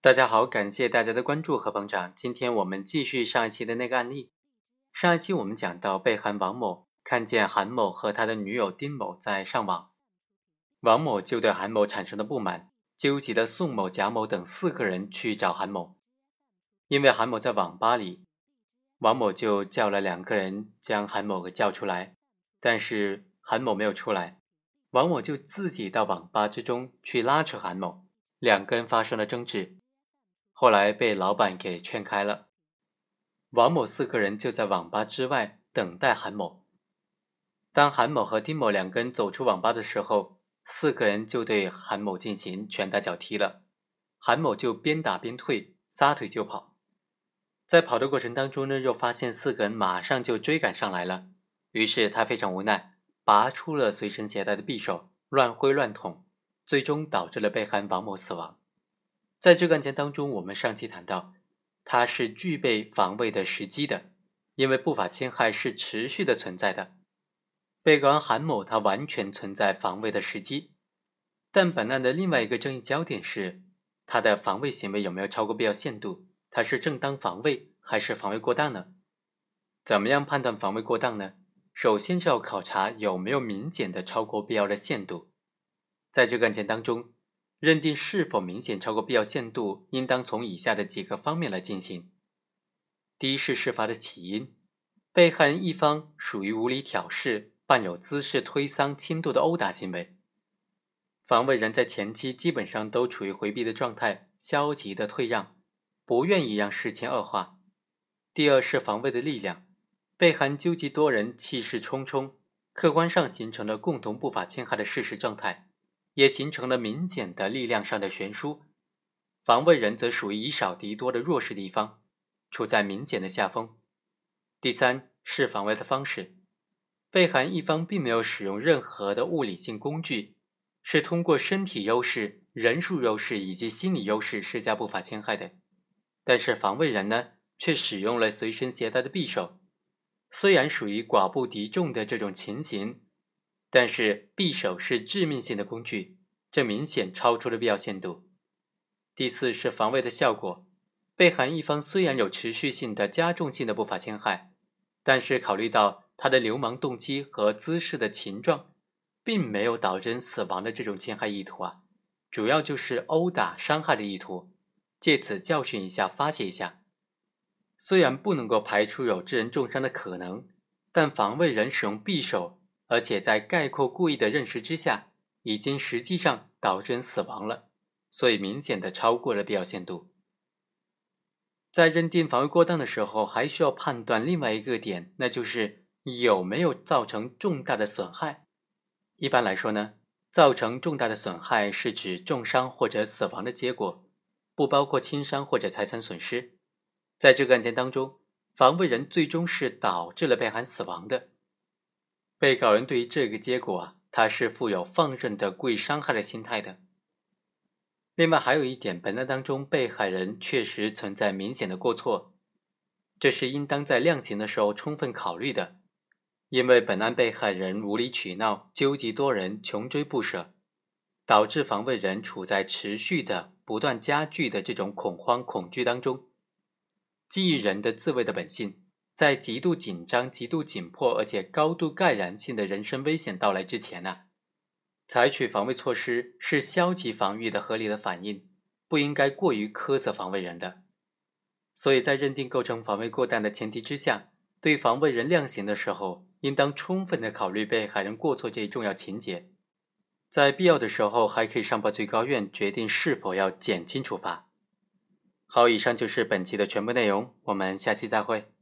大家好，感谢大家的关注和捧场。今天我们继续上一期的那个案例。上一期我们讲到，被害人王某看见韩某和他的女友丁某在上网，王某就对韩某产生了不满，纠集了宋某、贾某等4个人去找韩某。因为韩某在网吧里，王某就叫了2个人将韩某给叫出来，但是韩某没有出来，王某就自己到网吧之中去拉扯韩某，2个人发生了争执。后来被老板给劝开了，王某4个人就在网吧之外等待韩某。当韩某和丁某2个人走出网吧的时候，4个人就对韩某进行拳打脚踢了，韩某就边打边退，撒腿就跑。在跑的过程当中呢，又发现4个人马上就追赶上来了，于是他非常无奈，拔出了随身携带的匕首，乱挥乱捅，最终导致了被害人王某死亡。在这个案件当中，我们上期谈到，他是具备防卫的时机的，因为不法侵害是持续的存在的。被告人韩某他完全存在防卫的时机，但本案的另外一个争议焦点是，他的防卫行为有没有超过必要限度？他是正当防卫还是防卫过当呢？怎么样判断防卫过当呢？首先是要考察有没有明显的超过必要的限度。在这个案件当中，认定是否明显超过必要限度，应当从以下的几个方面来进行。第一是事发的起因，被害人一方属于无理挑事，伴有姿势推搡、轻度的殴打行为。防卫人在前期基本上都处于回避的状态，消极的退让，不愿意让事情恶化。第二是防卫的力量，被害人纠集多人，气势冲冲，客观上形成了共同不法侵害的事实状态，也形成了明显的力量上的悬殊。防卫人则属于以少敌多的弱势地方，处在明显的下风。第三是防卫的方式，被害人一方并没有使用任何的物理性工具，是通过身体优势、人数优势以及心理优势施加不法侵害的。但是防卫人呢，却使用了随身携带的匕首，虽然属于寡不敌众的这种情形，但是匕首是致命性的工具，这明显超出了必要限度。第四是防卫的效果，被害人一方虽然有持续性的加重性的不法侵害，但是考虑到他的流氓动机和姿势的情状，并没有导致人死亡的这种侵害意图主要就是殴打伤害的意图，借此教训一下，发泄一下。虽然不能够排除有致人重伤的可能，但防卫人使用匕首，而且在概括故意的认识之下，已经实际上导致人死亡了，所以明显的超过了必要限度。在认定防卫过当的时候，还需要判断另外一个点，那就是有没有造成重大的损害。一般来说呢，造成重大的损害是指重伤或者死亡的结果，不包括轻伤或者财产损失。在这个案件当中，防卫人最终是导致了被害人死亡的。被告人对于这个结果他是负有放任的故意伤害的心态的。另外还有一点，本案当中被害人确实存在明显的过错，这是应当在量刑的时候充分考虑的。因为本案被害人无理取闹，纠集多人，穷追不舍，导致防卫人处在持续的不断加剧的这种恐慌恐惧当中。基于人的自卫的本性，在极度紧张、极度紧迫而且高度盖然性的人身危险到来之前采取防卫措施是消极防御的合理的反应，不应该过于苛责防卫人的。所以在认定构成防卫过当的前提之下，对防卫人量刑的时候，应当充分的考虑被害人过错这一重要情节。在必要的时候，还可以上报最高院决定是否要减轻处罚。好，以上就是本期的全部内容，我们下期再会。